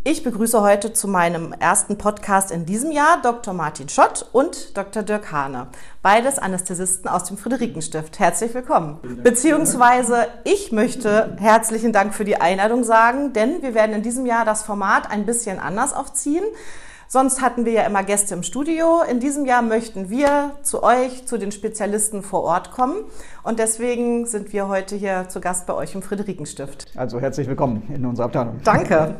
Ich begrüße heute zu meinem ersten Podcast in diesem Jahr Dr. Martin Schott und Dr. Dirk Hane, beides Anästhesisten aus dem Friederikenstift. Herzlich willkommen. Beziehungsweise ich möchte herzlichen Dank für die Einladung sagen, denn wir werden in diesem Jahr das Format ein bisschen anders aufziehen. Sonst hatten wir ja immer Gäste im Studio. In diesem Jahr möchten wir zu euch, zu den Spezialisten vor Ort kommen. Und deswegen sind wir heute hier zu Gast bei euch im Friederikenstift. Also herzlich willkommen in unserer Abteilung. Danke.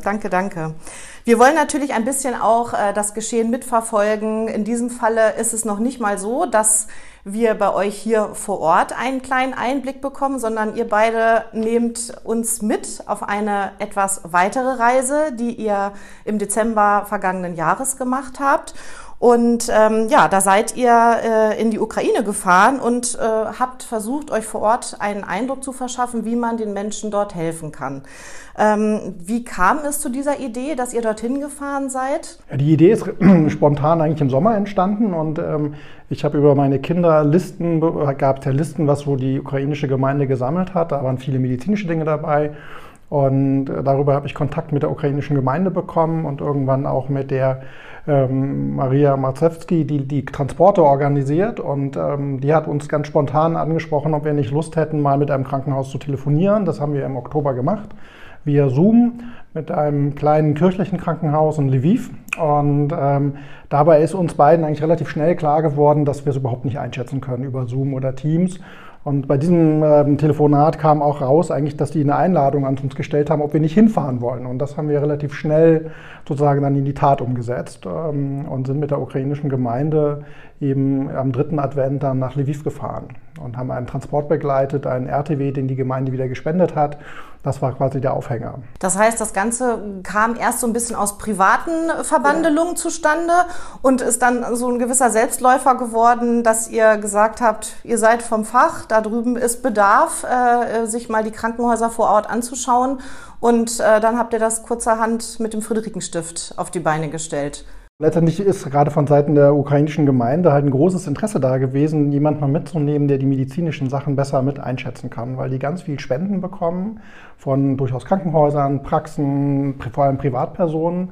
Wir wollen natürlich ein bisschen auch das Geschehen mitverfolgen. In diesem Falle ist es noch nicht mal so, dass wir bei euch hier vor Ort einen kleinen Einblick bekommen, sondern ihr beide nehmt uns mit auf eine etwas weitere Reise, die ihr im Dezember vergangenen Jahres gemacht habt. Und da seid ihr in die Ukraine gefahren und habt versucht, euch vor Ort einen Eindruck zu verschaffen, wie man den Menschen dort helfen kann. Wie kam es zu dieser Idee, dass ihr dorthin gefahren seid? Ja, die Idee ist spontan eigentlich im Sommer entstanden und ich habe über meine Kinder Listen, was wo die ukrainische Gemeinde gesammelt hat. Da waren viele medizinische Dinge dabei. Und darüber habe ich Kontakt mit der ukrainischen Gemeinde bekommen und irgendwann auch mit der Maria Marzewski, die Transporte organisiert. Und die hat uns ganz spontan angesprochen, ob wir nicht Lust hätten, mal mit einem Krankenhaus zu telefonieren. Das haben wir im Oktober gemacht, via Zoom, mit einem kleinen kirchlichen Krankenhaus in Lviv. Und dabei ist uns beiden eigentlich relativ schnell klar geworden, dass wir es überhaupt nicht einschätzen können über Zoom oder Teams. Und bei diesem Telefonat kam auch raus, eigentlich, dass die eine Einladung an uns gestellt haben, ob wir nicht hinfahren wollen. Und das haben wir relativ schnell sozusagen dann in die Tat umgesetzt und sind mit der ukrainischen Gemeinde eben am 3. Advent dann nach Lviv gefahren und haben einen Transport begleitet, einen RTW, den die Gemeinde wieder gespendet hat. Das war quasi der Aufhänger. Das heißt, das Ganze kam erst so ein bisschen aus privaten Verbandelungen zustande und ist dann so ein gewisser Selbstläufer geworden, dass ihr gesagt habt, ihr seid vom Fach, da drüben ist Bedarf, sich mal die Krankenhäuser vor Ort anzuschauen. Und dann habt ihr das kurzerhand mit dem Friederikenstift auf die Beine gestellt. Letztendlich ist gerade von Seiten der ukrainischen Gemeinde halt ein großes Interesse da gewesen, jemanden mal mitzunehmen, der die medizinischen Sachen besser mit einschätzen kann, weil die ganz viel Spenden bekommen von durchaus Krankenhäusern, Praxen, vor allem Privatpersonen.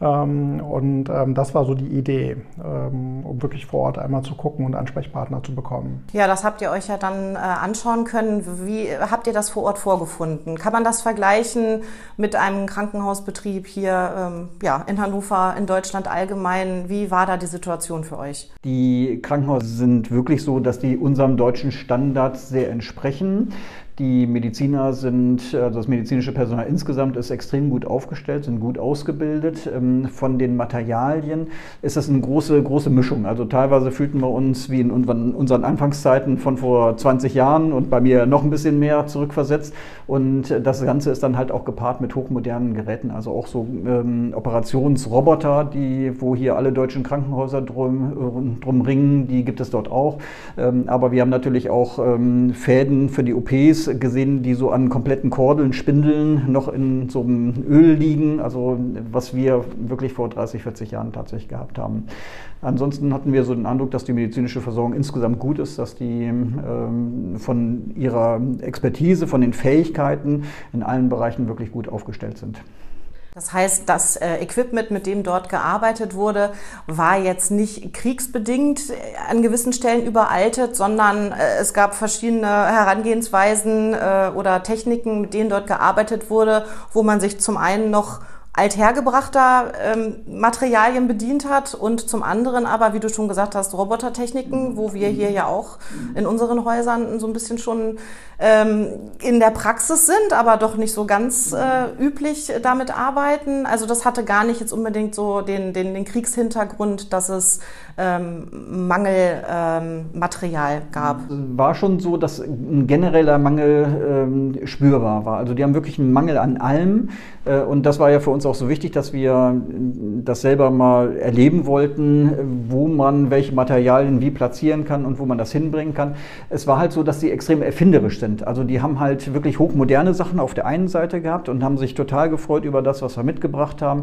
Das war so die Idee, um wirklich vor Ort einmal zu gucken und Ansprechpartner zu bekommen. Ja, das habt ihr euch ja dann anschauen können. Wie habt ihr das vor Ort vorgefunden? Kann man das vergleichen mit einem Krankenhausbetrieb hier in Hannover, in Deutschland allgemein? Wie war da die Situation für euch? Die Krankenhäuser sind wirklich so, dass die unserem deutschen Standard sehr entsprechen. Die Mediziner sind, also das medizinische Personal insgesamt ist extrem gut aufgestellt, sind gut ausgebildet. Von den Materialien ist das eine große Mischung. Also teilweise fühlten wir uns wie in unseren Anfangszeiten von vor 20 Jahren und bei mir noch ein bisschen mehr zurückversetzt. Und das Ganze ist dann halt auch gepaart mit hochmodernen Geräten, also auch so Operationsroboter, wo hier alle deutschen Krankenhäuser drum ringen, die gibt es dort auch. Aber wir haben natürlich auch Fäden für die OPs gesehen, die so an kompletten Kordeln, Spindeln noch in so einem Öl liegen, also was wir wirklich vor 30, 40 Jahren tatsächlich gehabt haben. Ansonsten hatten wir so den Eindruck, dass die medizinische Versorgung insgesamt gut ist, dass die von ihrer Expertise, von den Fähigkeiten in allen Bereichen wirklich gut aufgestellt sind. Das heißt, das Equipment, mit dem dort gearbeitet wurde, war jetzt nicht kriegsbedingt an gewissen Stellen überaltet, sondern es gab verschiedene Herangehensweisen oder Techniken, mit denen dort gearbeitet wurde, wo man sich zum einen noch althergebrachter Materialien bedient hat und zum anderen aber, wie du schon gesagt hast, Robotertechniken, wo wir hier ja auch in unseren Häusern so ein bisschen schon in der Praxis sind, aber doch nicht so ganz üblich damit arbeiten. Also das hatte gar nicht jetzt unbedingt so den Kriegshintergrund, dass es Mangelmaterial gab. War schon so, dass ein genereller Mangel spürbar war. Also die haben wirklich einen Mangel an allem und das war ja für uns auch so wichtig, dass wir das selber mal erleben wollten, wo man welche Materialien wie platzieren kann und wo man das hinbringen kann. Es war halt so, dass sie extrem erfinderisch sind. Also die haben halt wirklich hochmoderne Sachen auf der einen Seite gehabt und haben sich total gefreut über das, was wir mitgebracht haben.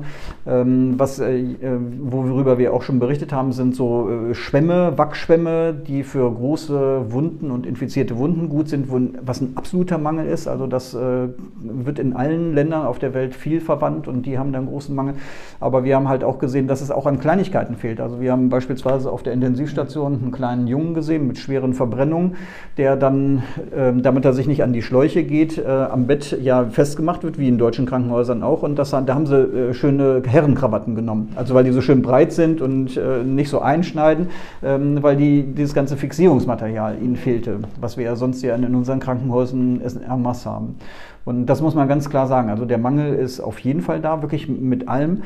Worüber wir auch schon berichtet haben, sind so Schwämme, Wachsschwämme, die für große Wunden und infizierte Wunden gut sind, was ein absoluter Mangel ist. Also das wird in allen Ländern auf der Welt viel verwandt und die haben da einen großen Mangel. Aber wir haben halt auch gesehen, dass es auch an Kleinigkeiten fehlt. Also wir haben beispielsweise auf der Intensivstation einen kleinen Jungen gesehen mit schweren Verbrennungen, der dann, damit er sich nicht an die Schläuche geht, am Bett ja festgemacht wird, wie in deutschen Krankenhäusern auch. Und da haben sie schöne Herrenkrawatten genommen. Also weil die so schön breit sind und nicht so einschneiden, weil dieses ganze Fixierungsmaterial ihnen fehlte, was wir ja sonst ja in unseren Krankenhäusern en masse haben. Und das muss man ganz klar sagen. Also der Mangel ist auf jeden Fall da, wirklich mit allem.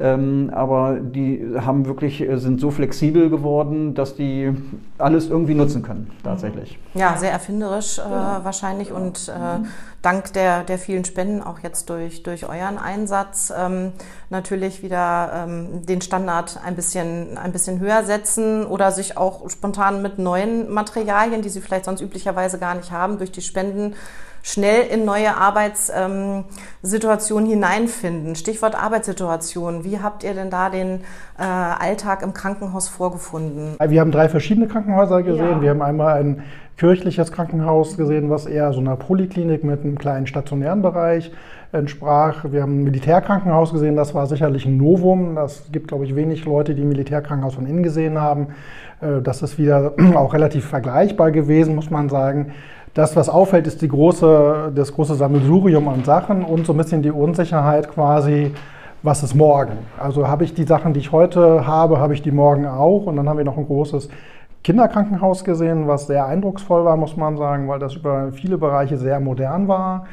Aber die sind so flexibel geworden, dass die alles irgendwie nutzen können, tatsächlich. Ja, sehr erfinderisch wahrscheinlich und dank der vielen Spenden, auch jetzt durch euren Einsatz, natürlich wieder den Standard ein bisschen höher setzen oder sich auch spontan mit neuen Materialien, die sie vielleicht sonst üblicherweise gar nicht haben, durch die Spenden schnell in neue Arbeitssituationen hineinfinden. Stichwort Arbeitssituation. Wie habt ihr denn da den Alltag im Krankenhaus vorgefunden? Wir haben 3 verschiedene Krankenhäuser gesehen. Ja. Wir haben einmal ein kirchliches Krankenhaus gesehen, was eher so einer Poliklinik mit einem kleinen stationären Bereich entsprach. Wir haben ein Militärkrankenhaus gesehen, das war sicherlich ein Novum. Das gibt, glaube ich, wenig Leute, die ein Militärkrankenhaus von innen gesehen haben. Das ist wieder auch relativ vergleichbar gewesen, muss man sagen. Das, was auffällt, ist das große Sammelsurium an Sachen und so ein bisschen die Unsicherheit quasi, was ist morgen? Also habe ich die Sachen, die ich heute habe ich die morgen auch? Und dann haben wir noch ein großes Kinderkrankenhaus gesehen, was sehr eindrucksvoll war, muss man sagen, weil das über viele Bereiche sehr modern war.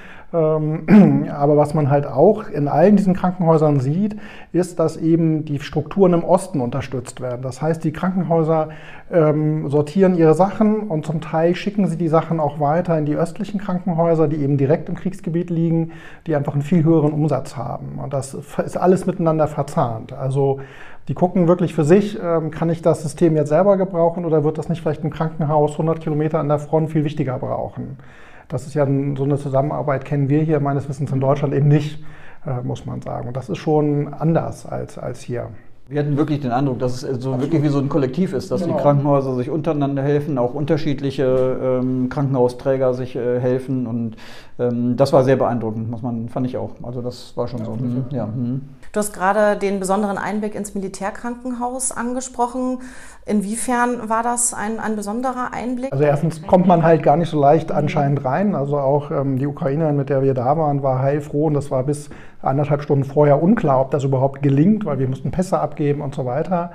Aber was man halt auch in allen diesen Krankenhäusern sieht, ist, dass eben die Strukturen im Osten unterstützt werden. Das heißt, die Krankenhäuser sortieren ihre Sachen und zum Teil schicken sie die Sachen auch weiter in die östlichen Krankenhäuser, die eben direkt im Kriegsgebiet liegen, die einfach einen viel höheren Umsatz haben. Und das ist alles miteinander verzahnt. Also die gucken wirklich für sich, kann ich das System jetzt selber gebrauchen oder wird das nicht vielleicht im Krankenhaus 100 Kilometer an der Front viel wichtiger brauchen? Das ist ja so eine Zusammenarbeit, kennen wir hier meines Wissens in Deutschland eben nicht, muss man sagen. Und das ist schon anders als hier. Wir hatten wirklich den Eindruck, dass es so wirklich wie so ein Kollektiv ist, dass die Krankenhäuser sich untereinander helfen, auch unterschiedliche Krankenhausträger sich helfen. Und das war sehr beeindruckend, fand ich auch. Also das war schon so. Ja. Du hast gerade den besonderen Einblick ins Militärkrankenhaus angesprochen. Inwiefern war das ein besonderer Einblick? Also erstens kommt man halt gar nicht so leicht anscheinend rein. Also auch die Ukrainerin, mit der wir da waren, war heilfroh und das war bis 1,5 Stunden vorher unklar, ob das überhaupt gelingt, weil wir mussten Pässe abgeben und so weiter.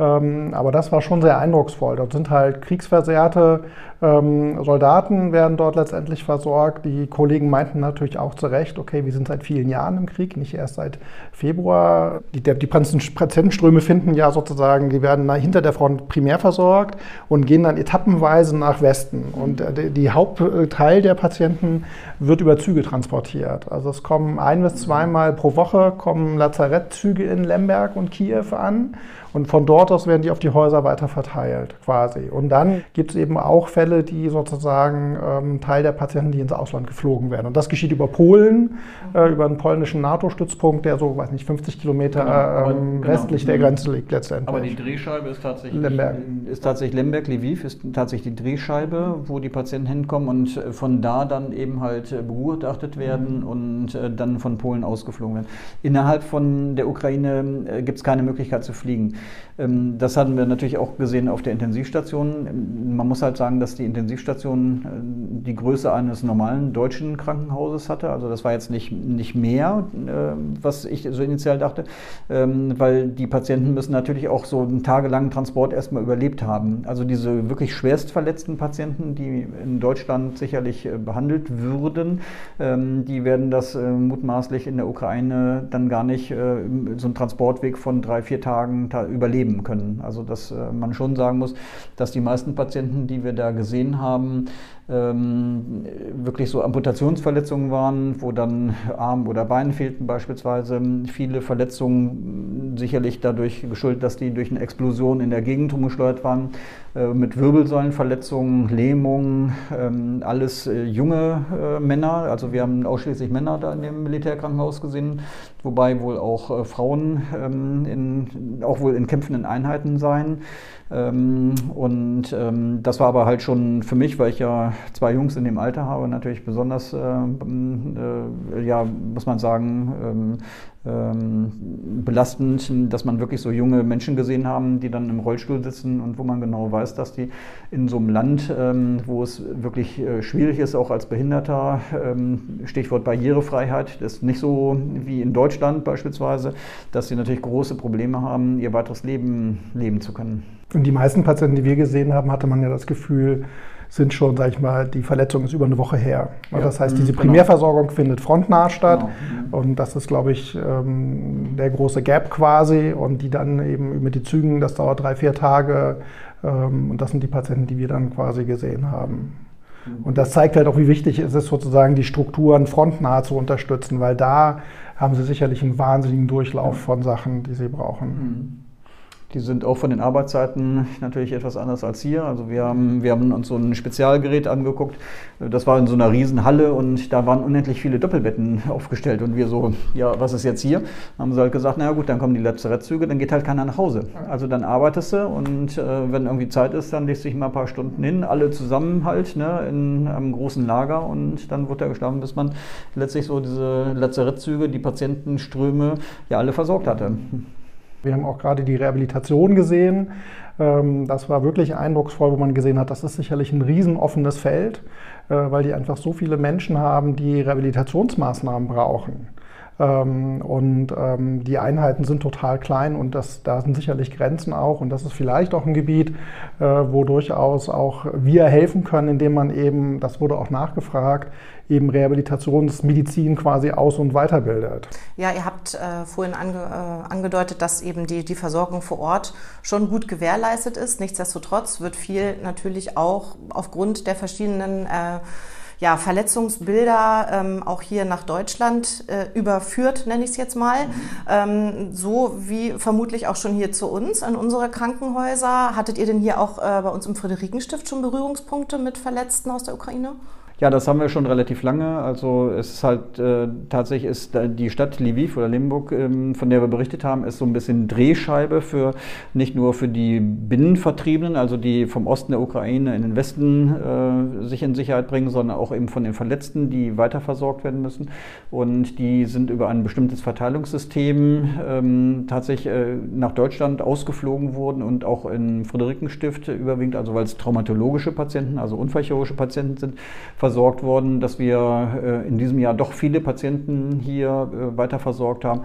Aber das war schon sehr eindrucksvoll. Dort sind halt kriegsversehrte Soldaten, werden dort letztendlich versorgt. Die Kollegen meinten natürlich auch zu Recht, okay, wir sind seit vielen Jahren im Krieg, nicht erst seit Februar. Die Patientenströme finden ja sozusagen, die werden hinter der Front primär versorgt und gehen dann etappenweise nach Westen. Und der Hauptteil der Patienten wird über Züge transportiert. Also es kommen 1- bis 2-mal pro Woche kommen Lazarettzüge in Lemberg und Kiew an. Und von dort aus werden die auf die Häuser weiter verteilt, quasi. Und dann gibt es eben auch Fälle, die sozusagen Teil der Patienten, die ins Ausland geflogen werden. Und das geschieht über Polen, über einen polnischen NATO-Stützpunkt, der so, 50 Kilometer westlich der Grenze liegt letztendlich. Aber die Drehscheibe ist tatsächlich Lemberg. Lviv ist tatsächlich die Drehscheibe, wo die Patienten hinkommen und von da dann eben halt begutachtet werden und dann von Polen ausgeflogen werden. Innerhalb von der Ukraine gibt es keine Möglichkeit zu fliegen. Das hatten wir natürlich auch gesehen auf der Intensivstation. Man muss halt sagen, dass die Intensivstation die Größe eines normalen deutschen Krankenhauses hatte. Also das war jetzt nicht mehr, was ich so initial dachte, weil die Patienten müssen natürlich auch so einen tagelangen Transport erstmal überlebt haben. Also diese wirklich schwerst verletzten Patienten, die in Deutschland sicherlich behandelt würden, die werden das mutmaßlich in der Ukraine dann gar nicht so einen Transportweg von 3-4 Tagen überleben können. Also dass man schon sagen muss, dass die meisten Patienten, die wir da gesehen haben, wirklich so Amputationsverletzungen waren, wo dann Arm oder Bein fehlten beispielsweise. Viele Verletzungen sicherlich dadurch geschuldet, dass die durch eine Explosion in der Gegend rumgesteuert waren, mit Wirbelsäulenverletzungen, Lähmungen, alles junge Männer. Also wir haben ausschließlich Männer da in dem Militärkrankenhaus gesehen, wobei wohl auch Frauen auch wohl in kämpfenden Einheiten seien. Das war aber halt schon für mich, weil ich ja 2 Jungs in dem Alter habe, natürlich besonders, muss man sagen, belastend, dass man wirklich so junge Menschen gesehen haben, die dann im Rollstuhl sitzen und wo man genau weiß, dass die in so einem Land, wo es wirklich schwierig ist, auch als Behinderter, Stichwort Barrierefreiheit, das ist nicht so wie in Deutschland beispielsweise, dass sie natürlich große Probleme haben, ihr weiteres Leben leben zu können. Und die meisten Patienten, die wir gesehen haben, hatte man ja das Gefühl, sind schon, sag ich mal, die Verletzung ist über eine Woche her. Ja, das heißt, diese Primärversorgung findet frontnah statt. Genau. Und das ist, glaube ich, der große Gap quasi. Und die dann eben mit den Zügen, das dauert 3-4 Tage. Und das sind die Patienten, die wir dann quasi gesehen haben. Und das zeigt halt auch, wie wichtig es ist, sozusagen die Strukturen frontnah zu unterstützen, weil da haben sie sicherlich einen wahnsinnigen Durchlauf von Sachen, die sie brauchen. Die sind auch von den Arbeitszeiten natürlich etwas anders als hier. Also wir haben uns so ein Spezialgerät angeguckt. Das war in so einer Riesenhalle und da waren unendlich viele Doppelbetten aufgestellt. Und wir so, ja, was ist jetzt hier? Haben sie halt gesagt, na gut, dann kommen die Lazarettzüge, dann geht halt keiner nach Hause. Also dann arbeitest du und wenn irgendwie Zeit ist, dann legst du dich mal ein paar Stunden hin, alle zusammen halt, ne, in einem großen Lager und dann wird da geschlafen, bis man letztlich so diese Lazarettzüge, die Patientenströme ja alle versorgt hatte. Wir haben auch gerade die Rehabilitation gesehen. Das war wirklich eindrucksvoll, wo man gesehen hat, das ist sicherlich ein riesen offenes Feld, weil die einfach so viele Menschen haben, die Rehabilitationsmaßnahmen brauchen. Die Einheiten sind total klein und da sind sicherlich Grenzen auch. Und das ist vielleicht auch ein Gebiet, wo durchaus auch wir helfen können, indem man eben, das wurde auch nachgefragt, eben Rehabilitationsmedizin quasi aus- und weiterbildet. Ja, ihr habt vorhin angedeutet, dass eben die Versorgung vor Ort schon gut gewährleistet ist. Nichtsdestotrotz wird viel natürlich auch aufgrund der verschiedenen Verletzungsbilder auch hier nach Deutschland überführt, nenne ich es jetzt mal. So wie vermutlich auch schon hier zu uns in unsere Krankenhäuser. Hattet ihr denn hier auch bei uns im Friederikenstift schon Berührungspunkte mit Verletzten aus der Ukraine? Ja, das haben wir schon relativ lange. Also es ist halt tatsächlich ist die Stadt Lviv oder Limburg, von der wir berichtet haben, ist so ein bisschen Drehscheibe für nicht nur für die Binnenvertriebenen, also die vom Osten der Ukraine in den Westen sich in Sicherheit bringen, sondern auch eben von den Verletzten, die weiterversorgt werden müssen. Und die sind über ein bestimmtes Verteilungssystem tatsächlich nach Deutschland ausgeflogen worden und auch in Friederikenstift überwiegend, also weil es traumatologische Patienten, also unfallchirurgische Patienten sind, versorgt worden, dass wir in diesem Jahr doch viele Patienten hier weiter versorgt haben,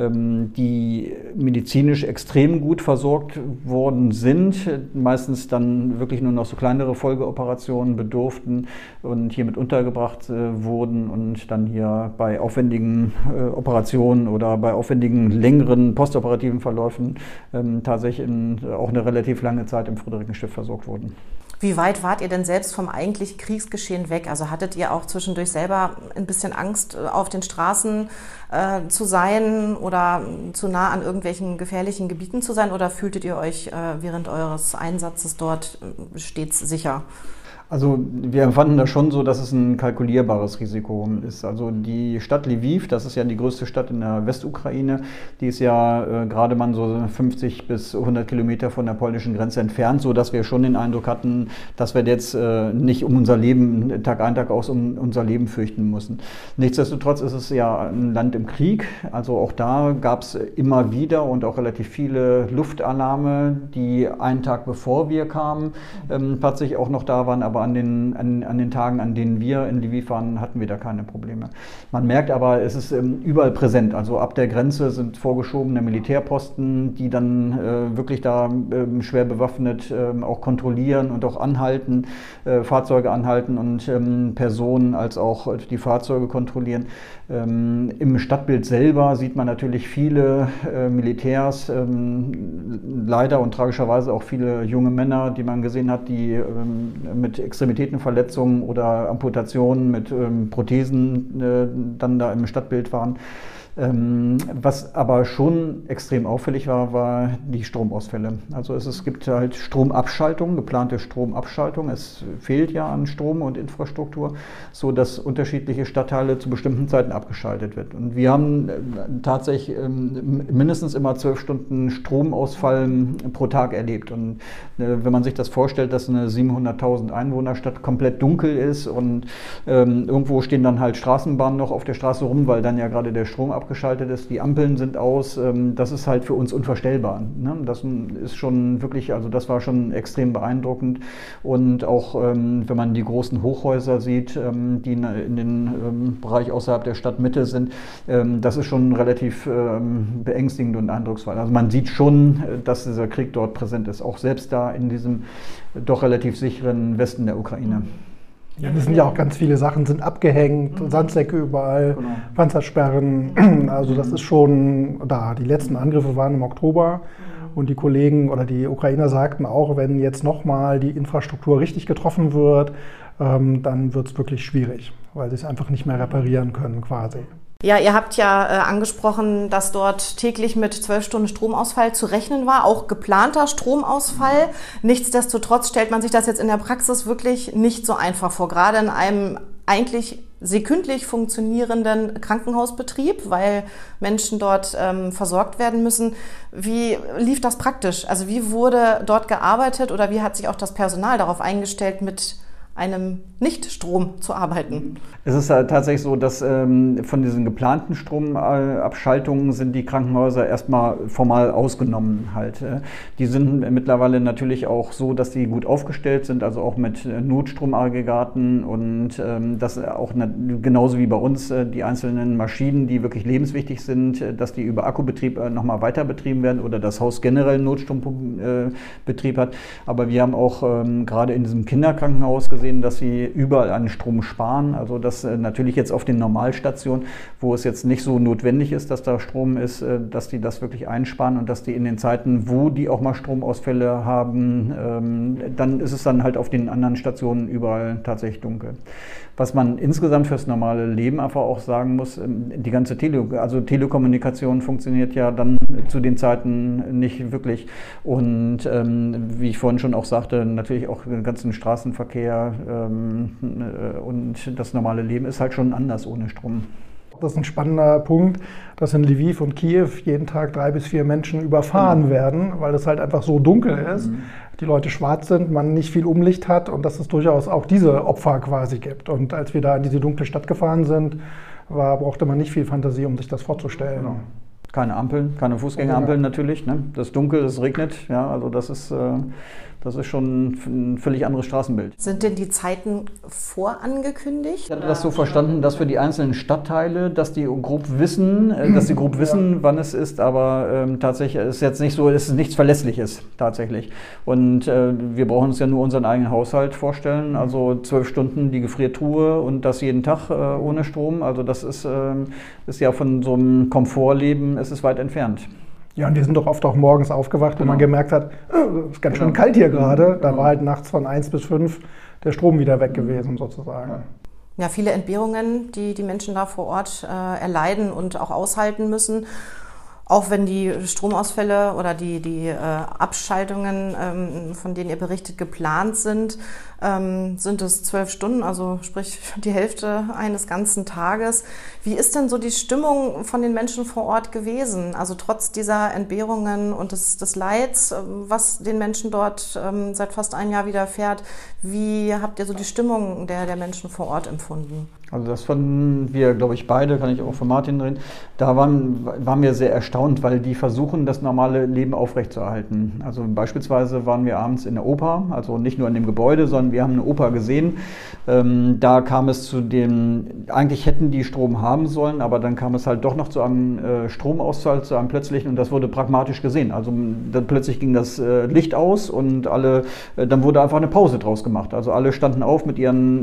die medizinisch extrem gut versorgt worden sind, meistens dann wirklich nur noch so kleinere Folgeoperationen bedurften und hier mit untergebracht wurden und dann hier bei aufwendigen Operationen oder bei aufwendigen längeren postoperativen Verläufen tatsächlich auch eine relativ lange Zeit im Friederikenstift versorgt wurden. Wie weit wart ihr denn selbst vom eigentlichen Kriegsgeschehen weg? Also hattet ihr auch zwischendurch selber ein bisschen Angst, auf den Straßen zu sein oder zu nah an irgendwelchen gefährlichen Gebieten zu sein? Oder fühltet ihr euch während eures Einsatzes dort stets sicher? Also wir empfanden das schon so, dass es ein kalkulierbares Risiko ist. Also die Stadt Lviv, das ist ja die größte Stadt in der Westukraine, die ist ja gerade mal so 50 bis 100 Kilometer von der polnischen Grenze entfernt, so dass wir schon den Eindruck hatten, dass wir jetzt nicht um unser Leben, Tag ein, Tag aus, um unser Leben fürchten müssen. Nichtsdestotrotz ist es ja ein Land im Krieg, also auch da gab es immer wieder und auch relativ viele Luftalarme, die einen Tag bevor wir kamen, tatsächlich auch noch da waren, aber an den Tagen, an denen wir in Lviv waren, hatten wir da keine Probleme. Man merkt aber, es ist überall präsent. Also ab der Grenze sind vorgeschobene Militärposten, die dann wirklich da schwer bewaffnet auch kontrollieren und auch anhalten, Fahrzeuge anhalten und Personen als auch die Fahrzeuge kontrollieren. Im Stadtbild selber sieht man natürlich viele Militärs, leider und tragischerweise auch viele junge Männer, die man gesehen hat, die mit Extremitätenverletzungen oder Amputationen mit Prothesen dann da im Stadtbild waren. Was aber schon extrem auffällig war die Stromausfälle. Also es gibt halt Stromabschaltung, geplante Stromabschaltung. Es fehlt ja an Strom und Infrastruktur, so dass unterschiedliche Stadtteile zu bestimmten Zeiten abgeschaltet wird. Und wir haben tatsächlich mindestens immer 12 Stunden Stromausfall pro Tag erlebt. Und wenn man sich das vorstellt, dass eine 700.000 Einwohnerstadt komplett dunkel ist und irgendwo stehen dann halt Straßenbahnen noch auf der Straße rum, weil dann ja gerade der Strom abgeschaltet abgeschaltet ist, die Ampeln sind aus, das ist halt für uns unvorstellbar. Ne? Das ist schon wirklich, also das war schon extrem beeindruckend. Und auch wenn man die großen Hochhäuser sieht, die in den Bereich außerhalb der Stadtmitte sind, das ist schon relativ beängstigend und eindrucksvoll. Also man sieht schon, dass dieser Krieg dort präsent ist, auch selbst da in diesem doch relativ sicheren Westen der Ukraine. Ja, das sind ja auch ganz viele Sachen, sind abgehängt, Sandsäcke überall, genau. Panzersperren, also das ist schon da. Die letzten Angriffe waren im Oktober und die Kollegen oder die Ukrainer sagten auch, wenn jetzt nochmal die Infrastruktur richtig getroffen wird, dann wird es wirklich schwierig, weil sie es einfach nicht mehr reparieren können quasi. Ja, ihr habt ja angesprochen, dass dort täglich mit 12 Stunden Stromausfall zu rechnen war, auch geplanter Stromausfall. Nichtsdestotrotz stellt man sich das jetzt in der Praxis wirklich nicht so einfach vor, gerade in einem eigentlich sekündlich funktionierenden Krankenhausbetrieb, weil Menschen dort versorgt werden müssen. Wie lief das praktisch? Also wie wurde dort gearbeitet oder wie hat sich auch das Personal darauf eingestellt, mit einem Nicht-Strom zu arbeiten? Es ist halt tatsächlich so, dass von diesen geplanten Stromabschaltungen sind die Krankenhäuser erstmal formal ausgenommen halt. Die sind mittlerweile natürlich auch so, dass die gut aufgestellt sind, also auch mit Notstromaggregaten und dass auch genauso wie bei uns die einzelnen Maschinen, die wirklich lebenswichtig sind, dass die über Akkubetrieb nochmal weiter betrieben werden oder das Haus generell Notstrombetrieb hat. Aber wir haben auch gerade in diesem Kinderkrankenhaus gesehen, dass sie überall an Strom sparen. Also dass natürlich jetzt auf den Normalstationen, wo es jetzt nicht so notwendig ist, dass da Strom ist, dass die das wirklich einsparen und dass die in den Zeiten, wo die auch mal Stromausfälle haben, dann ist es dann halt auf den anderen Stationen überall tatsächlich dunkel. Was man insgesamt fürs normale Leben einfach auch sagen muss, die ganze Telekommunikation funktioniert ja dann zu den Zeiten nicht wirklich. Und wie ich vorhin schon auch sagte, natürlich auch den ganzen Straßenverkehr und das normale Leben ist halt schon anders ohne Strom. Das ist ein spannender Punkt, dass in Lviv und Kiew jeden Tag 3 bis 4 Menschen überfahren werden, weil es halt einfach so dunkel ist, die Leute schwarz sind, man nicht viel Umlicht hat und dass es durchaus auch diese Opfer quasi gibt. Und als wir da in diese dunkle Stadt gefahren sind, brauchte man nicht viel Fantasie, um sich das vorzustellen. Genau. Keine Ampeln, keine Fußgängerampeln natürlich. Ne? Das ist dunkel, es regnet, ja, also das ist schon ein völlig anderes Straßenbild. Sind denn die Zeiten vorangekündigt? Ich hatte das so verstanden, dass für die einzelnen Stadtteile, dass die grob wissen, wann es ist, aber tatsächlich ist es jetzt nicht so, es ist nichts Verlässliches tatsächlich. Und wir brauchen uns ja nur unseren eigenen Haushalt vorstellen, also 12 Stunden die Gefriertruhe und das jeden Tag ohne Strom. Also das ist ja von so einem Komfortleben, es ist weit entfernt. Ja, und wir sind doch oft auch morgens aufgewacht, wo man gemerkt hat, es ist ganz schön kalt hier gerade. Da war halt nachts von 1 bis 5 der Strom wieder weg gewesen sozusagen. Ja, viele Entbehrungen, die die Menschen da vor Ort erleiden und auch aushalten müssen. Auch wenn die Stromausfälle oder die Abschaltungen, von denen ihr berichtet, geplant sind, sind es 12 Stunden, also sprich die Hälfte eines ganzen Tages. Wie ist denn so die Stimmung von den Menschen vor Ort gewesen? Also trotz dieser Entbehrungen und des Leids, was den Menschen dort seit fast einem Jahr widerfährt, wie habt ihr so die Stimmung der Menschen vor Ort empfunden? Also das fanden wir, glaube ich, beide, kann ich auch von Martin reden, da waren wir sehr erstaunt, weil die versuchen, das normale Leben aufrechtzuerhalten. Also beispielsweise waren wir abends in der Oper, also nicht nur in dem Gebäude, sondern wir haben eine Oper gesehen. Da kam es zu dem, eigentlich hätten die Strom haben sollen, aber dann kam es halt doch noch zu einem Stromausfall, zu einem plötzlichen, und das wurde pragmatisch gesehen. Also dann plötzlich ging das Licht aus und dann wurde einfach eine Pause draus gemacht. Also alle standen auf mit ihren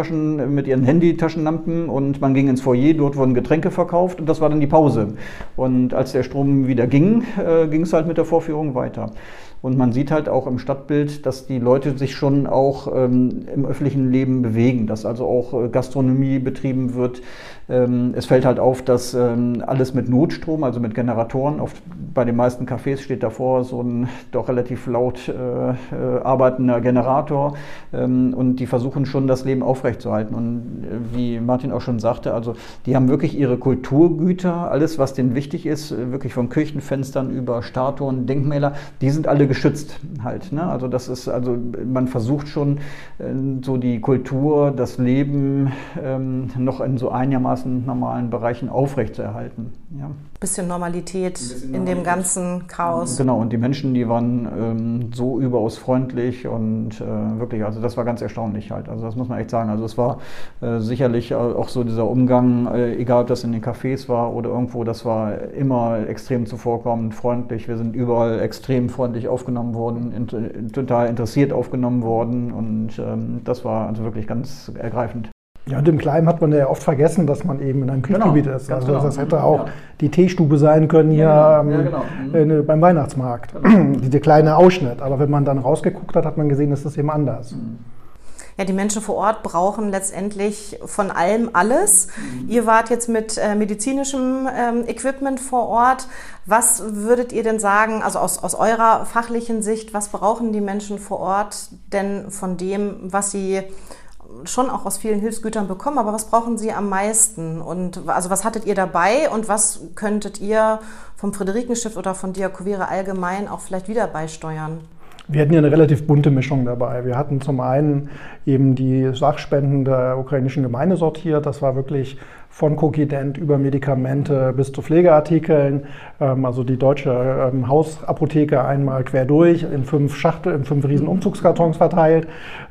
Handytaschenlampen und man ging ins Foyer, dort wurden Getränke verkauft und das war dann die Pause. Und als der Strom wieder ging, ging es halt mit der Vorführung weiter. Und man sieht halt auch im Stadtbild, dass die Leute sich schon auch im öffentlichen Leben bewegen, dass also auch Gastronomie betrieben wird. Es fällt halt auf, dass alles mit Notstrom, also mit Generatoren, bei den meisten Cafés steht davor so ein doch relativ laut arbeitender Generator und die versuchen schon, das Leben aufrechtzuerhalten. Und wie Martin auch schon sagte, also die haben wirklich ihre Kulturgüter, alles was denen wichtig ist, wirklich von Kirchenfenstern über Statuen, Denkmäler, die sind alle geschützt halt. Ne? Also das ist, also man versucht schon so die Kultur, das Leben noch in so einigermaßen normalen Bereichen aufrechtzuerhalten. Ja. Bisschen Normalität in dem ganzen Chaos. Genau, und die Menschen, die waren so überaus freundlich und wirklich, also das war ganz erstaunlich halt. Also das muss man echt sagen. Also es war sicherlich auch so dieser Umgang, egal ob das in den Cafés war oder irgendwo, das war immer extrem zuvorkommend, freundlich. Wir sind überall extrem freundlich aufgenommen worden, total interessiert aufgenommen worden und das war also wirklich ganz ergreifend. Ja, und im Kleinen hat man ja oft vergessen, dass man eben in einem Küchengebiet ist. Also das hätte auch die Teestube sein können hier beim Weihnachtsmarkt. Dieser kleine Ausschnitt. Aber wenn man dann rausgeguckt hat, hat man gesehen, das ist eben anders. Ja, die Menschen vor Ort brauchen letztendlich von allem alles. Ihr wart jetzt mit medizinischem Equipment vor Ort. Was würdet ihr denn sagen, also aus eurer fachlichen Sicht, was brauchen die Menschen vor Ort denn von dem, was sie schon auch aus vielen Hilfsgütern bekommen, aber was brauchen sie am meisten? Und also was hattet ihr dabei und was könntet ihr vom Friederikenstift oder von Diakovere allgemein auch vielleicht wieder beisteuern? Wir hatten ja eine relativ bunte Mischung dabei. Wir hatten zum einen eben die Sachspenden der ukrainischen Gemeinde sortiert. Das war wirklich von Cookie-Dent über Medikamente bis zu Pflegeartikeln. Also die deutsche Hausapotheke einmal quer durch in 5 riesen Umzugskartons verteilt.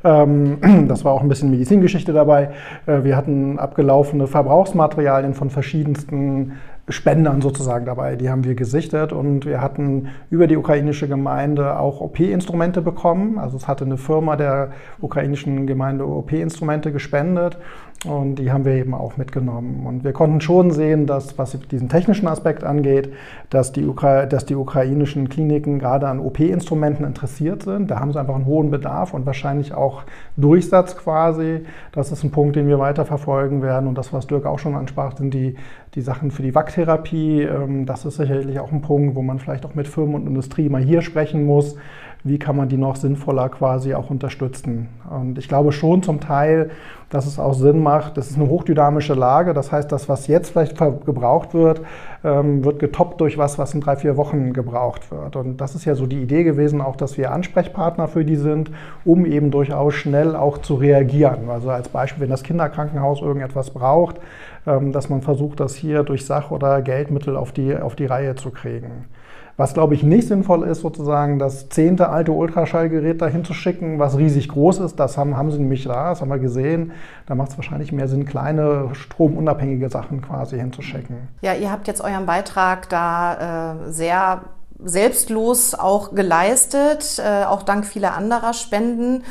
Das war auch ein bisschen Medizingeschichte dabei. Wir hatten abgelaufene Verbrauchsmaterialien von verschiedensten Spendern sozusagen dabei, die haben wir gesichtet und wir hatten über die ukrainische Gemeinde auch OP-Instrumente bekommen. Also es hatte eine Firma der ukrainischen Gemeinde OP-Instrumente gespendet und die haben wir eben auch mitgenommen. Und wir konnten schon sehen, dass, was diesen technischen Aspekt angeht, dass die ukrainischen Kliniken gerade an OP-Instrumenten interessiert sind. Da haben sie einfach einen hohen Bedarf und wahrscheinlich auch Durchsatz quasi. Das ist ein Punkt, den wir weiter verfolgen werden. Und das, was Dirk auch schon ansprach, sind die Sachen für die Wacktherapie. Das ist sicherlich auch ein Punkt, wo man vielleicht auch mit Firmen und Industrie mal hier sprechen muss. Wie kann man die noch sinnvoller quasi auch unterstützen? Und ich glaube schon zum Teil, dass es auch Sinn macht. Das ist eine hochdynamische Lage. Das heißt, das, was jetzt vielleicht gebraucht wird, wird getoppt durch was in 3-4 Wochen gebraucht wird. Und das ist ja so die Idee gewesen, auch, dass wir Ansprechpartner für die sind, um eben durchaus schnell auch zu reagieren. Also als Beispiel, wenn das Kinderkrankenhaus irgendetwas braucht, dass man versucht, das hier durch Sach- oder Geldmittel auf die Reihe zu kriegen. Was, glaube ich, nicht sinnvoll ist, sozusagen das 10. alte Ultraschallgerät dahin zu schicken, was riesig groß ist. Das haben sie nämlich da, das haben wir gesehen. Da macht es wahrscheinlich mehr Sinn, kleine, stromunabhängige Sachen quasi hinzuschicken. Ja, ihr habt jetzt euren Beitrag da sehr selbstlos auch geleistet, auch dank vieler anderer Spenden.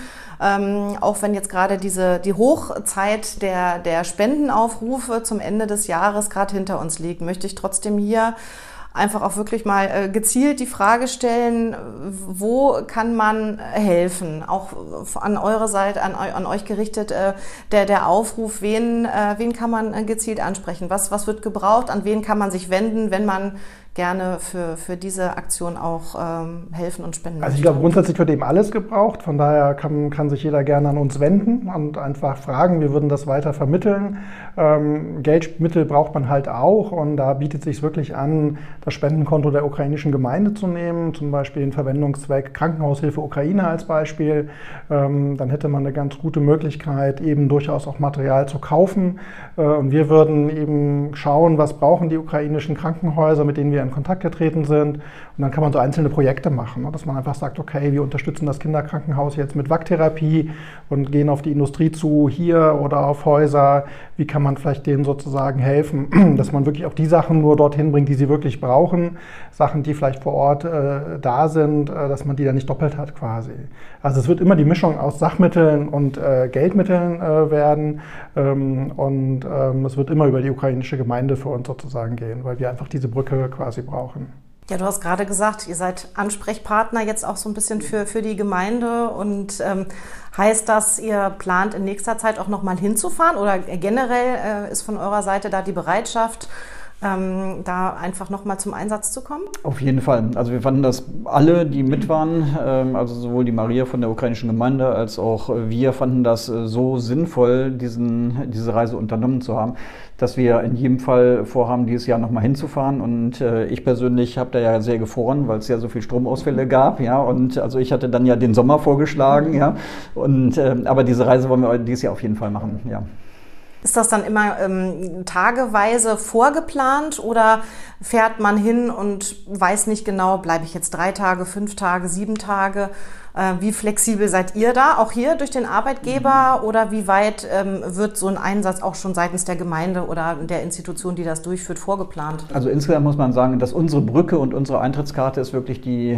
Auch wenn jetzt gerade die Hochzeit der Spendenaufrufe zum Ende des Jahres gerade hinter uns liegt, möchte ich trotzdem hier einfach auch wirklich mal gezielt die Frage stellen, wo kann man helfen? Auch an eurer Seite, an euch gerichtet, der Aufruf, wen kann man gezielt ansprechen? Was wird gebraucht? An wen kann man sich wenden, wenn man gerne für diese Aktion auch helfen und spenden. Also ich glaube, grundsätzlich wird eben alles gebraucht. Von daher kann sich jeder gerne an uns wenden und einfach fragen. Wir würden das weiter vermitteln. Geldmittel braucht man halt auch und da bietet es sich wirklich an, das Spendenkonto der ukrainischen Gemeinde zu nehmen, zum Beispiel den Verwendungszweck Krankenhaushilfe Ukraine als Beispiel. Dann hätte man eine ganz gute Möglichkeit, eben durchaus auch Material zu kaufen. Und wir würden eben schauen, was brauchen die ukrainischen Krankenhäuser, mit denen wir in Kontakt getreten sind. Und dann kann man so einzelne Projekte machen, dass man einfach sagt, okay, wir unterstützen das Kinderkrankenhaus jetzt mit Wacktherapie und gehen auf die Industrie zu, hier oder auf Häuser. Wie kann man vielleicht denen sozusagen helfen, dass man wirklich auch die Sachen nur dorthin bringt, die sie wirklich brauchen. Sachen, die vielleicht vor Ort da sind, dass man die dann nicht doppelt hat quasi. Also es wird immer die Mischung aus Sachmitteln und Geldmitteln werden und es wird immer über die ukrainische Gemeinde für uns sozusagen gehen, weil wir einfach diese Brücke quasi brauchen. Ja, du hast gerade gesagt, ihr seid Ansprechpartner jetzt auch so ein bisschen für die Gemeinde und heißt das, ihr plant in nächster Zeit auch nochmal hinzufahren oder generell ist von eurer Seite da die Bereitschaft, da einfach nochmal zum Einsatz zu kommen? Auf jeden Fall. Also wir fanden das alle, die mit waren, also sowohl die Maria von der ukrainischen Gemeinde als auch wir fanden das so sinnvoll, diese Reise unternommen zu haben, dass wir in jedem Fall vorhaben, dieses Jahr nochmal hinzufahren. Und ich persönlich habe da ja sehr gefroren, weil es ja so viel Stromausfälle gab. Ja, und also ich hatte dann ja den Sommer vorgeschlagen. Ja, und aber diese Reise wollen wir dieses Jahr auf jeden Fall machen. Ja. Ist das dann immer tageweise vorgeplant oder fährt man hin und weiß nicht genau, bleibe ich jetzt 3 Tage, 5 Tage, 7 Tage? Wie flexibel seid ihr da, auch hier durch den Arbeitgeber, oder wie weit wird so ein Einsatz auch schon seitens der Gemeinde oder der Institution, die das durchführt, vorgeplant? Also insgesamt muss man sagen, dass unsere Brücke und unsere Eintrittskarte ist wirklich die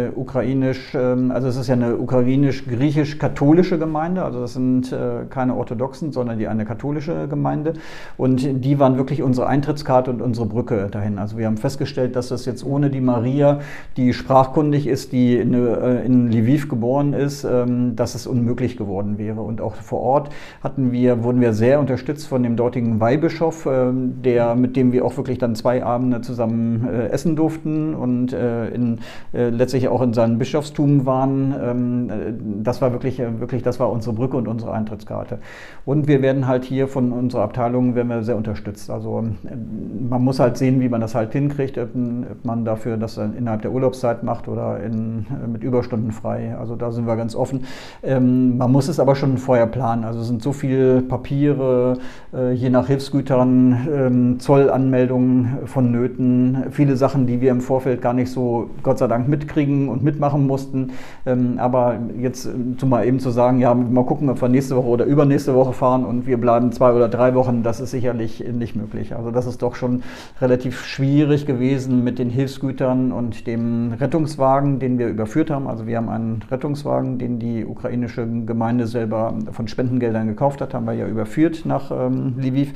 also es ist ja eine ukrainisch-griechisch-katholische Gemeinde, also das sind keine orthodoxen, sondern eine katholische Gemeinde, und die waren wirklich unsere Eintrittskarte und unsere Brücke dahin. Also wir haben festgestellt, dass das jetzt ohne die Maria, die sprachkundig ist, die in Lviv geboren ist, dass es unmöglich geworden wäre. Und auch vor Ort wurden wir sehr unterstützt von dem dortigen Weihbischof, mit dem wir auch wirklich dann 2 Abende zusammen essen durften und letztlich auch in seinem Bischofstum waren. Das war wirklich, das war unsere Brücke und unsere Eintrittskarte. Und wir werden halt hier von unserer Abteilung sehr unterstützt. Also man muss halt sehen, wie man das halt hinkriegt, ob man dafür das innerhalb der Urlaubszeit macht oder mit Überstunden frei. Also da sind wir ganz offen. Man muss es aber schon vorher planen. Also es sind so viele Papiere, je nach Hilfsgütern, Zollanmeldungen vonnöten, viele Sachen, die wir im Vorfeld gar nicht so, Gott sei Dank, mitkriegen und mitmachen mussten. Aber jetzt mal eben zu sagen, ja, mal gucken, ob wir nächste Woche oder übernächste Woche fahren und wir bleiben 2 oder 3 Wochen, das ist sicherlich nicht möglich. Also das ist doch schon relativ schwierig gewesen mit den Hilfsgütern und dem Rettungswagen, den wir überführt haben. Also wir haben einen Rettungswagen, den die ukrainische Gemeinde selber von Spendengeldern gekauft hat, haben wir ja überführt nach Lviv.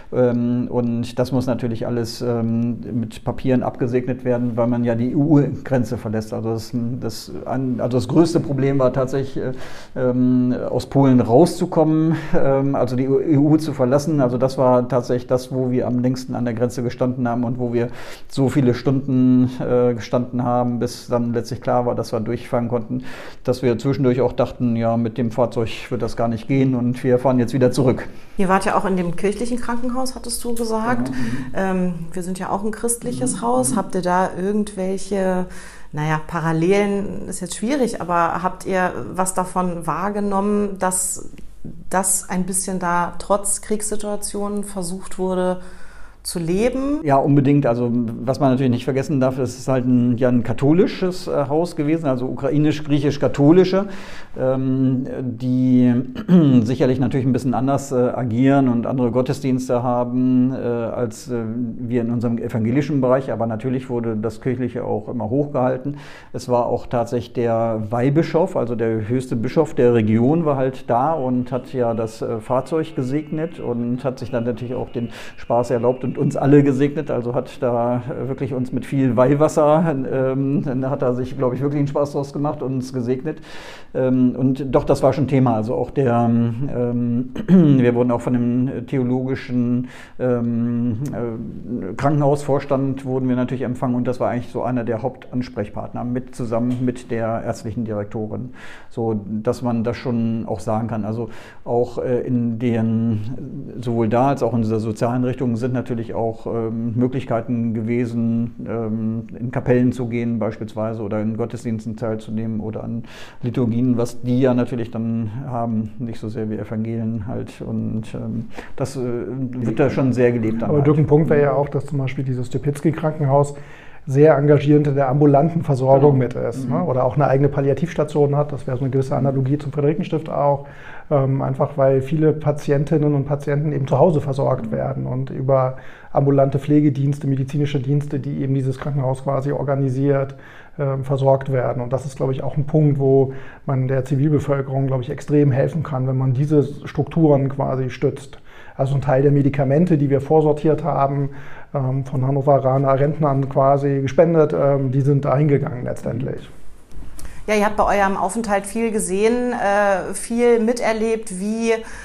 Und das muss natürlich alles mit Papieren abgesegnet werden, weil man ja die EU-Grenze verlässt. Also das größte Problem war tatsächlich, aus Polen rauszukommen, also die EU zu verlassen. Also das war tatsächlich das, wo wir am längsten an der Grenze gestanden haben und wo wir so viele Stunden gestanden haben, bis dann letztlich klar war, dass wir durchfahren konnten, dass wir zwischendurch auch dachten, ja, mit dem Fahrzeug wird das gar nicht gehen und wir fahren jetzt wieder zurück. Ihr wart ja auch in dem kirchlichen Krankenhaus, hattest du gesagt. Genau. Wir sind ja auch ein christliches Haus. Habt ihr da irgendwelche, Parallelen ist jetzt schwierig, aber habt ihr was davon wahrgenommen, dass das ein bisschen da trotz Kriegssituationen versucht wurde zu leben? Ja, unbedingt. Also was man natürlich nicht vergessen darf, es ist halt ein katholisches Haus gewesen, also ukrainisch-griechisch-katholische, die sicherlich natürlich ein bisschen anders agieren und andere Gottesdienste haben als wir in unserem evangelischen Bereich, aber natürlich wurde das Kirchliche auch immer hochgehalten. Es war auch tatsächlich der Weihbischof, also der höchste Bischof der Region, war halt da und hat ja das Fahrzeug gesegnet und hat sich dann natürlich auch den Spaß erlaubt und uns alle gesegnet, also hat da wirklich uns mit viel Weihwasser, dann hat er sich, glaube ich, wirklich einen Spaß draus gemacht und uns gesegnet. Und doch, das war schon Thema, also auch wir wurden auch von dem theologischen Krankenhausvorstand wurden wir natürlich empfangen und das war eigentlich so einer der Hauptansprechpartner zusammen mit der ärztlichen Direktorin, so dass man das schon auch sagen kann. Also auch sowohl da als auch in dieser sozialen Richtung sind natürlich auch Möglichkeiten gewesen, in Kapellen zu gehen beispielsweise oder in Gottesdiensten teilzunehmen oder an Liturgien, was die ja natürlich dann haben, nicht so sehr wie Evangelien halt, und das wird da schon sehr gelebt. Aber Dirk, ein Punkt wäre ja auch, dass zum Beispiel dieses Stepitsky-Krankenhaus sehr engagiert in der ambulanten Versorgung mit ist, ne? Oder auch eine eigene Palliativstation hat, das wäre so eine gewisse Analogie zum Friederikenstift auch, einfach weil viele Patientinnen und Patienten eben zu Hause versorgt werden und über ambulante Pflegedienste, medizinische Dienste, die eben dieses Krankenhaus quasi organisiert, versorgt werden. Und das ist, glaube ich, auch ein Punkt, wo man der Zivilbevölkerung, glaube ich, extrem helfen kann, wenn man diese Strukturen quasi stützt. Also ein Teil der Medikamente, die wir vorsortiert haben, von Hannoveraner Rentnern quasi gespendet, die sind da hingegangen letztendlich. Ja, ihr habt bei eurem Aufenthalt viel gesehen, viel miterlebt, wie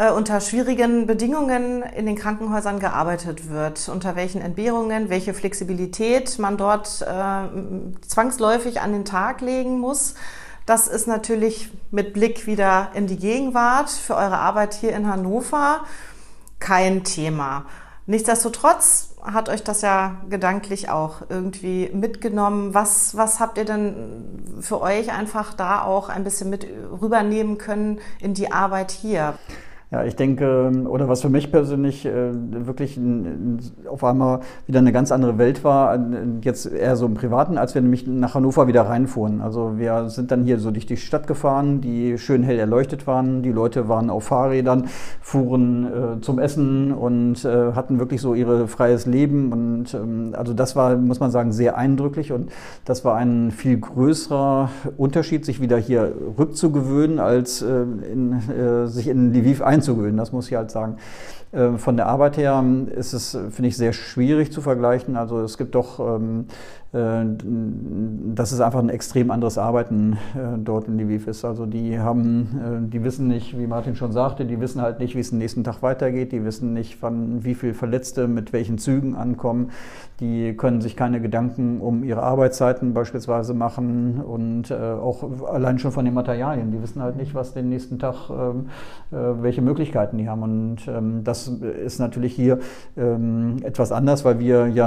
unter schwierigen Bedingungen in den Krankenhäusern gearbeitet wird, unter welchen Entbehrungen, welche Flexibilität man dort zwangsläufig an den Tag legen muss. Das ist natürlich mit Blick wieder in die Gegenwart für eure Arbeit hier in Hannover kein Thema. Nichtsdestotrotz hat euch das ja gedanklich auch irgendwie mitgenommen. Was habt ihr denn für euch einfach da auch ein bisschen mit rübernehmen können in die Arbeit hier? Ja, ich denke, oder was für mich persönlich wirklich auf einmal wieder eine ganz andere Welt war, jetzt eher so im Privaten, als wir nämlich nach Hannover wieder reinfuhren. Also wir sind dann hier so durch die Stadt gefahren, die schön hell erleuchtet waren. Die Leute waren auf Fahrrädern, fuhren zum Essen und hatten wirklich so ihr freies Leben. Und also das war, muss man sagen, sehr eindrücklich. Und das war ein viel größerer Unterschied, sich wieder hier rückzugewöhnen, als sich in Lviv einzugewöhnen, das muss ich halt sagen. Von der Arbeit her ist es, finde ich, sehr schwierig zu vergleichen. Also es gibt doch, das ist einfach ein extrem anderes Arbeiten dort in Lviv ist. Also die wissen nicht, wie Martin schon sagte, die wissen halt nicht, wie es am nächsten Tag weitergeht. Die wissen nicht, wie viele Verletzte mit welchen Zügen ankommen. Die können sich keine Gedanken um ihre Arbeitszeiten beispielsweise machen und auch allein schon von den Materialien. Die wissen halt nicht, was den nächsten Tag, welche Möglichkeiten die haben. Und das ist natürlich hier etwas anders, weil wir ja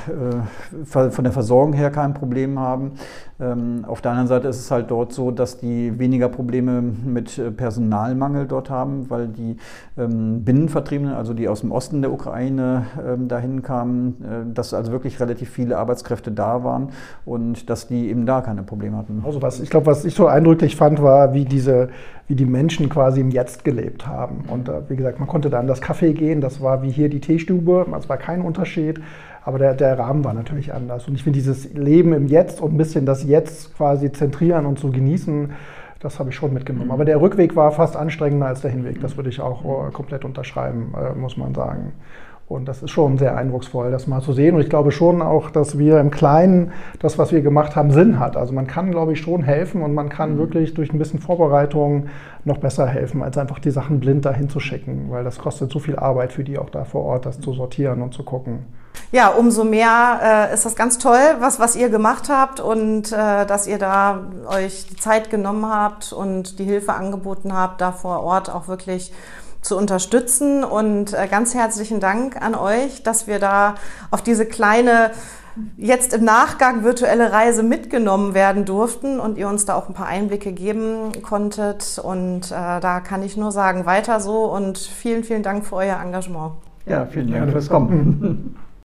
von der Versorgung her kein Problem haben. Auf der anderen Seite ist es halt dort so, dass die weniger Probleme mit Personalmangel dort haben, weil die Binnenvertriebenen, also die aus dem Osten der Ukraine dahin kamen, dass also wirklich relativ viele Arbeitskräfte da waren und dass die eben da keine Probleme hatten. Also was ich so eindrücklich fand, war, wie die Menschen quasi im Jetzt gelebt haben. Und wie gesagt, man konnte da in das Café gehen, das war wie hier die Teestube, es war kein Unterschied. Aber der Rahmen war natürlich anders. Und ich finde, dieses Leben im Jetzt und ein bisschen das Jetzt quasi zentrieren und zu genießen, das habe ich schon mitgenommen. Aber der Rückweg war fast anstrengender als der Hinweg. Das würde ich auch komplett unterschreiben, muss man sagen. Und das ist schon sehr eindrucksvoll, das mal zu sehen. Und ich glaube schon auch, dass wir im Kleinen das, was wir gemacht haben, Sinn hat. Also man kann, glaube ich, schon helfen und man kann wirklich durch ein bisschen Vorbereitung noch besser helfen, als einfach die Sachen blind dahin zu schicken. Weil das kostet so viel Arbeit für die auch da vor Ort, das zu sortieren und zu gucken. Ja, umso mehr ist das ganz toll, was ihr gemacht habt und dass ihr da euch die Zeit genommen habt und die Hilfe angeboten habt, da vor Ort auch wirklich zu unterstützen. Und ganz herzlichen Dank an euch, dass wir da auf diese kleine, jetzt im Nachgang virtuelle Reise mitgenommen werden durften und ihr uns da auch ein paar Einblicke geben konntet. Und da kann ich nur sagen, weiter so und vielen, vielen Dank für euer Engagement. Ja, vielen Dank fürs Kommen.